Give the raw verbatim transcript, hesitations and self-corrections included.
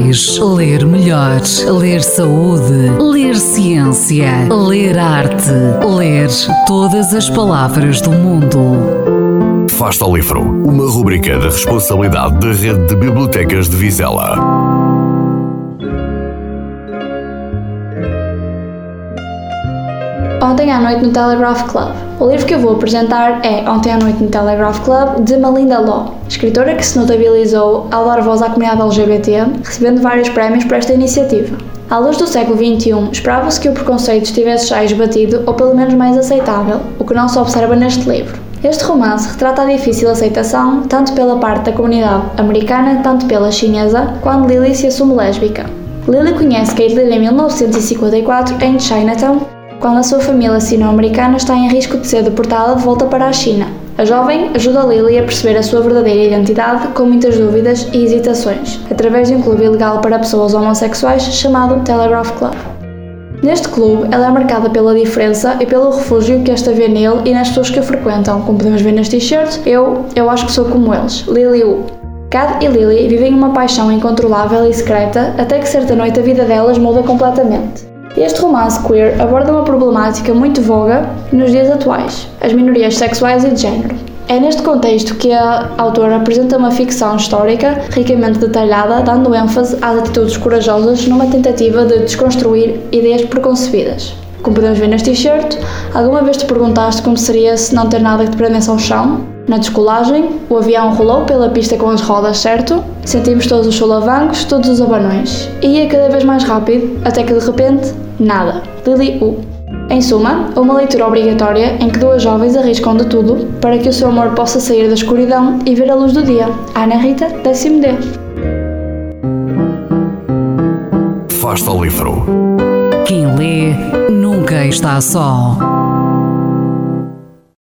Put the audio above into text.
mais, ler melhor, ler saúde, ler ciência, ler arte, ler todas as palavras do mundo. Fasta ao Livro, uma rubrica da responsabilidade da Rede de Bibliotecas de Vizela. Ontem à Noite no Telegraph Club. O livro que eu vou apresentar é Ontem à Noite no Telegraph Club, de Malinda Lo, escritora que se notabilizou ao dar voz à comunidade L G B T, recebendo vários prémios por esta iniciativa. À luz do século vinte e um, esperava-se que o preconceito estivesse já esbatido ou pelo menos mais aceitável, o que não se observa neste livro. Este romance retrata a difícil aceitação, tanto pela parte da comunidade americana, tanto pela chinesa, quando Lily se assume lésbica. Lily conhece Caitlin em mil novecentos e cinquenta e quatro em Chinatown, quando a sua família sino-americana está em risco de ser deportada de volta para a China. A jovem ajuda Lily a perceber a sua verdadeira identidade, com muitas dúvidas e hesitações, através de um clube ilegal para pessoas homossexuais chamado Telegraph Club. Neste clube, ela é marcada pela diferença e pelo refúgio que esta vê nele e nas pessoas que o frequentam, como podemos ver neste t-shirt. Eu, eu acho que sou como eles, Lily Wu. Cad e Lily vivem uma paixão incontrolável e secreta, até que certa noite a vida delas muda completamente. Este romance queer aborda uma problemática muito voga nos dias atuais, as minorias sexuais e de género. É neste contexto que a autora apresenta uma ficção histórica ricamente detalhada, dando ênfase às atitudes corajosas numa tentativa de desconstruir ideias preconcebidas. Como podemos ver neste t-shirt, alguma vez te perguntaste como seria se não ter nada que te prendesse ao chão? Na descolagem, o avião rolou pela pista com as rodas, certo? Sentimos todos os solavancos, todos os abanões. E ia cada vez mais rápido, até que de repente, nada. Lily Wu. Em suma, uma leitura obrigatória em que duas jovens arriscam de tudo para que o seu amor possa sair da escuridão e ver a luz do dia. Ana Rita, décimo D. Fasta ao Livro. Quem lê nunca está só.